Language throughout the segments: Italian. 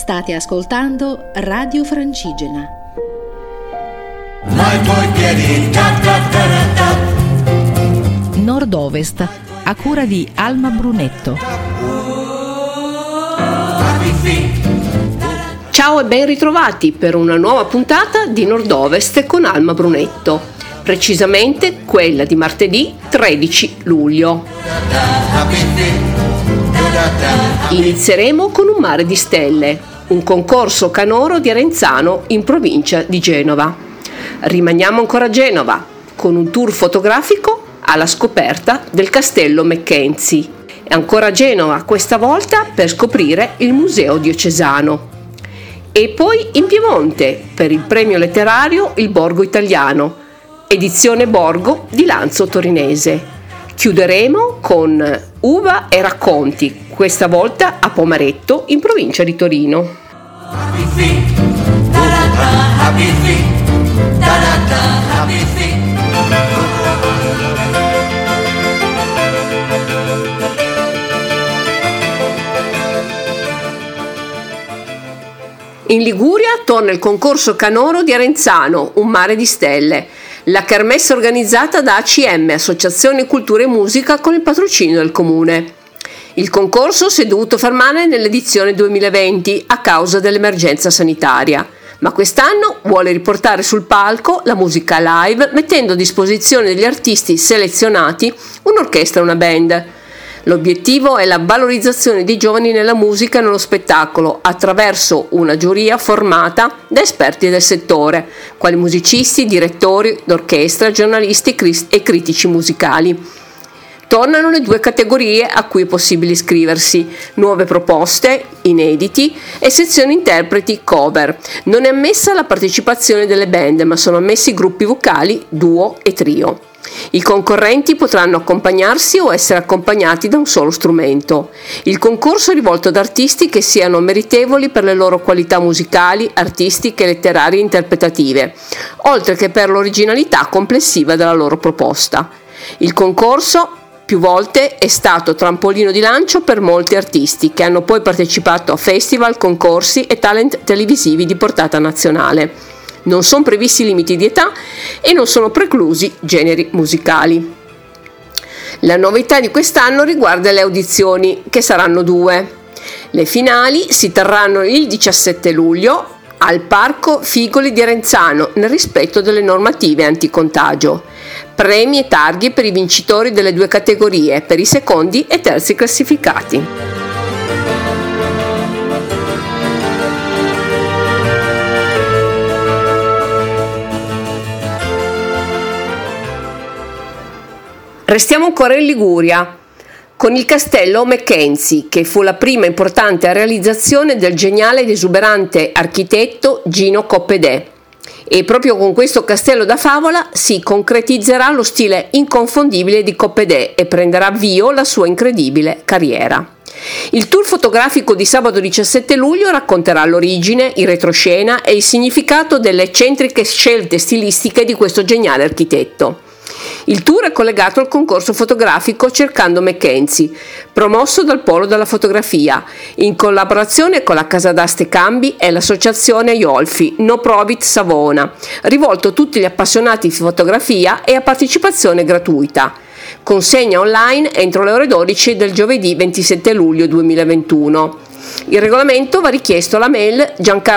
State ascoltando Radio Francigena. Nord-Ovest, a cura di Alma Brunetto. Ciao e ben ritrovati per una nuova puntata di Nord-Ovest con Alma Brunetto, precisamente quella di martedì 13 luglio. Inizieremo con Un mare di stelle, un concorso canoro di Arenzano in provincia di Genova. Rimaniamo ancora a Genova con un tour fotografico alla scoperta del castello Mackenzie. E ancora a Genova, questa volta per scoprire il museo diocesano. E poi in Piemonte per il premio letterario Il Borgo Italiano, edizione Borgo di Lanzo Torinese. Chiuderemo con Uva e racconti, questa volta a Pomaretto in provincia di Torino. In Liguria torna il concorso canoro di Arenzano, Un mare di stelle, la kermesse organizzata da ACM, Associazione Cultura e Musica, con il patrocinio del comune. Il concorso si è dovuto fermare nell'edizione 2020 a causa dell'emergenza sanitaria, ma quest'anno vuole riportare sul palco la musica live mettendo a disposizione degli artisti selezionati un'orchestra e una band. L'obiettivo è la valorizzazione dei giovani nella musica e nello spettacolo attraverso una giuria formata da esperti del settore, quali musicisti, direttori d'orchestra, giornalisti e critici musicali. Tornano le due categorie a cui è possibile iscriversi: nuove proposte, inediti e sezione interpreti cover. Non è ammessa la partecipazione delle band, ma sono ammessi gruppi vocali, duo e trio. I concorrenti potranno accompagnarsi o essere accompagnati da un solo strumento. Il concorso è rivolto ad artisti che siano meritevoli per le loro qualità musicali, artistiche, letterarie e interpretative, oltre che per l'originalità complessiva della loro proposta. Il concorso più volte è stato trampolino di lancio per molti artisti che hanno poi partecipato a festival, concorsi e talent televisivi di portata nazionale. Non sono previsti limiti di età e non sono preclusi generi musicali. La novità di quest'anno riguarda le audizioni, che saranno 2. Le finali si terranno il 17 luglio al Parco Figoli di Arenzano, nel rispetto delle normative anticontagio. Premi e targhe per i vincitori delle 2 categorie, per i secondi e terzi classificati. Restiamo ancora in Liguria, con il castello Mackenzie, che fu la prima importante realizzazione del geniale ed esuberante architetto Gino Coppedè. E proprio con questo castello da favola si concretizzerà lo stile inconfondibile di Coppedè e prenderà avvio la sua incredibile carriera. Il tour fotografico di sabato 17 luglio racconterà l'origine, il retroscena e il significato delle eccentriche scelte stilistiche di questo geniale architetto. Il tour è collegato al concorso fotografico Cercando Mackenzie, promosso dal Polo della Fotografia, in collaborazione con la Casa d'Aste Cambi e l'associazione Iolfi No Profit Savona, rivolto a tutti gli appassionati di fotografia e a partecipazione gratuita. Consegna online entro le ore 12 del giovedì 27 luglio 2021. Il regolamento va richiesto alla mail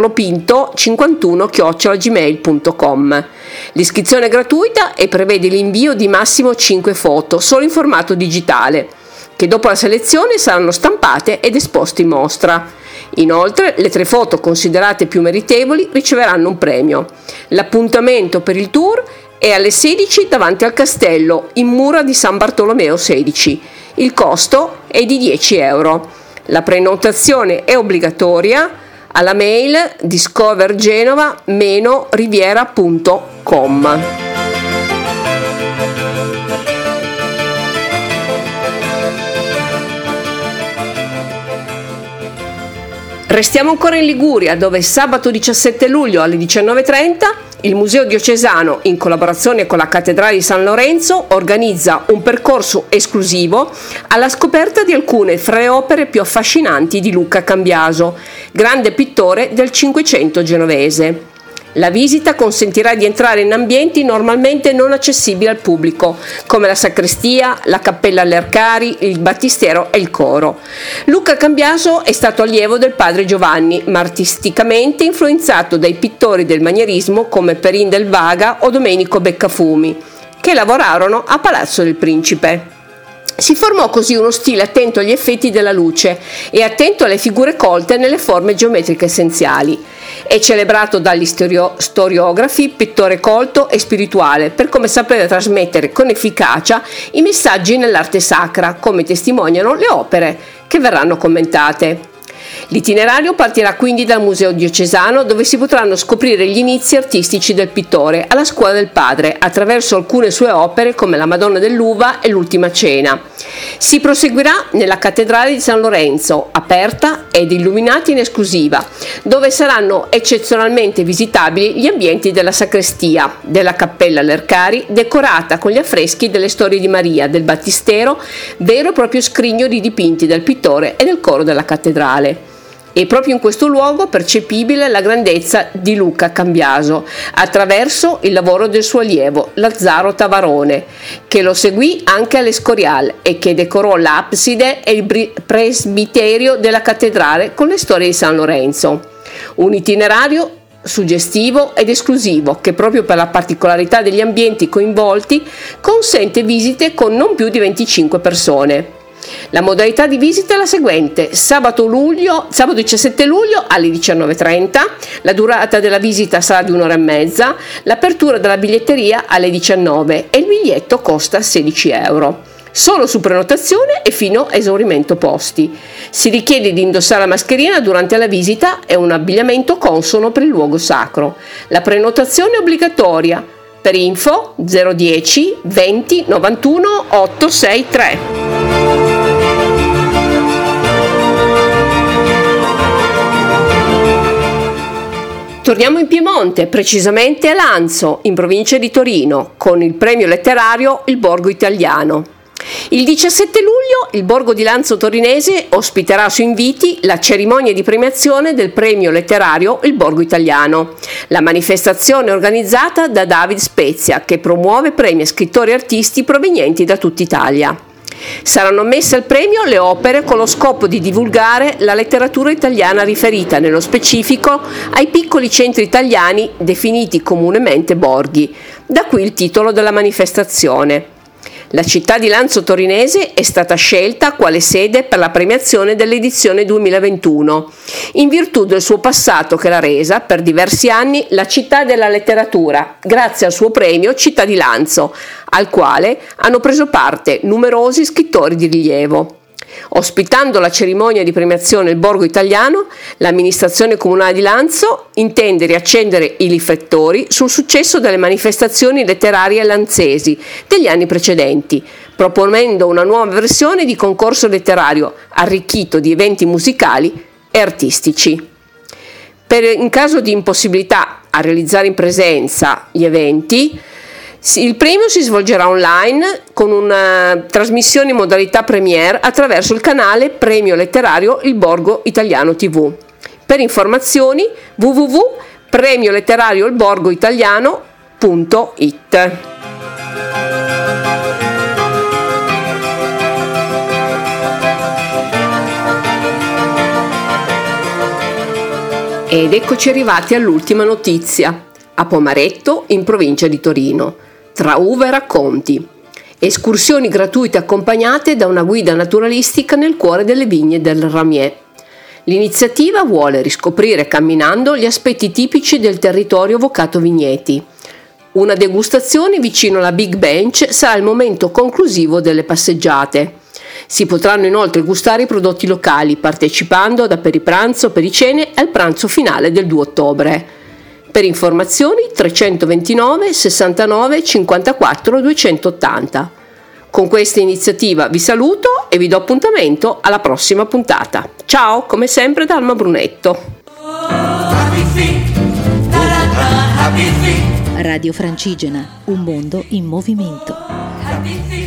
giancarlopinto51@gmail.com. L'iscrizione è gratuita e prevede l'invio di massimo 5 foto, solo in formato digitale, che dopo la selezione saranno stampate ed esposte in mostra. Inoltre, le 3 foto considerate più meritevoli riceveranno un premio. L'appuntamento per il tour è alle 16 davanti al castello, in mura di San Bartolomeo 16. Il costo è di 10 euro. La prenotazione è obbligatoria alla mail discovergenova-riviera.com. Restiamo ancora in Liguria, dove sabato 17 luglio alle 19:30 Il Museo Diocesano, in collaborazione con la Cattedrale di San Lorenzo, organizza un percorso esclusivo alla scoperta di alcune fra le opere più affascinanti di Luca Cambiaso, grande pittore del Cinquecento genovese. La visita consentirà di entrare in ambienti normalmente non accessibili al pubblico, come la sacrestia, la cappella Lercari, il battistero e il coro. Luca Cambiaso è stato allievo del padre Giovanni, ma artisticamente influenzato dai pittori del manierismo come Perin del Vaga o Domenico Beccafumi, che lavorarono a Palazzo del Principe. Si formò così uno stile attento agli effetti della luce e attento alle figure colte nelle forme geometriche essenziali. È celebrato dagli storiografi pittore colto e spirituale per come sapeva trasmettere con efficacia i messaggi nell'arte sacra, come testimoniano le opere che verranno commentate. L'itinerario partirà quindi dal Museo Diocesano, dove si potranno scoprire gli inizi artistici del pittore alla scuola del padre attraverso alcune sue opere come la Madonna dell'Uva e l'Ultima Cena. Si proseguirà nella Cattedrale di San Lorenzo, aperta ed illuminata in esclusiva, dove saranno eccezionalmente visitabili gli ambienti della sacrestia, della cappella Lercari, decorata con gli affreschi delle storie di Maria, del battistero, vero e proprio scrigno di dipinti del pittore e del coro della cattedrale. È proprio in questo luogo percepibile la grandezza di Luca Cambiaso attraverso il lavoro del suo allievo Lazzaro Tavarone, che lo seguì anche all'Escorial e che decorò l'abside e il presbiterio della cattedrale con le storie di San Lorenzo. Un itinerario suggestivo ed esclusivo che, proprio per la particolarità degli ambienti coinvolti, consente visite con non più di 25 persone. La modalità di visita è la seguente: sabato 17 luglio alle 19:30, la durata della visita sarà di 1 ora e mezza, l'apertura della biglietteria alle 19 e il biglietto costa 16 euro. Solo su prenotazione e fino a esaurimento posti. Si richiede di indossare la mascherina durante la visita e un abbigliamento consono per il luogo sacro. La prenotazione è obbligatoria. Per info 010 20 91 863. Torniamo in Piemonte, precisamente a Lanzo, in provincia di Torino, con il premio letterario Il Borgo Italiano. Il 17 luglio il Borgo di Lanzo torinese ospiterà su inviti la cerimonia di premiazione del premio letterario Il Borgo Italiano. La manifestazione è organizzata da David Spezia, che promuove premi a scrittori e artisti provenienti da tutta Italia. Saranno ammesse al premio le opere con lo scopo di divulgare la letteratura italiana riferita nello specifico ai piccoli centri italiani definiti comunemente borghi. Da qui il titolo della manifestazione. La città di Lanzo torinese è stata scelta quale sede per la premiazione dell'edizione 2021, in virtù del suo passato che l'ha resa per diversi anni la città della letteratura, grazie al suo premio Città di Lanzo, al quale hanno preso parte numerosi scrittori di rilievo. Ospitando la cerimonia di premiazione Il Borgo Italiano, l'amministrazione comunale di Lanzo intende riaccendere i riflettori sul successo delle manifestazioni letterarie lanzesi degli anni precedenti, proponendo una nuova versione di concorso letterario arricchito di eventi musicali e artistici. In caso di impossibilità a realizzare in presenza gli eventi, il premio si svolgerà online con una trasmissione in modalità premiere attraverso il canale Premio Letterario Il Borgo Italiano TV. Per informazioni www.premioletterarioilborgoitaliano.it. Ed eccoci arrivati all'ultima notizia. A Pomaretto, in provincia di Torino, tra uve e racconti. Escursioni gratuite accompagnate da una guida naturalistica nel cuore delle vigne del Ramier. L'iniziativa vuole riscoprire camminando gli aspetti tipici del territorio vocato vigneti. Una degustazione vicino alla Big Bench sarà il momento conclusivo delle passeggiate. Si potranno inoltre gustare i prodotti locali partecipando ad aperipranzo, pericene e al pranzo finale del 2 ottobre. Per informazioni 329 69 54 280. Con questa iniziativa vi saluto e vi do appuntamento alla prossima puntata. Ciao, come sempre da Alma Brunetto. Radio Francigena, un mondo in movimento.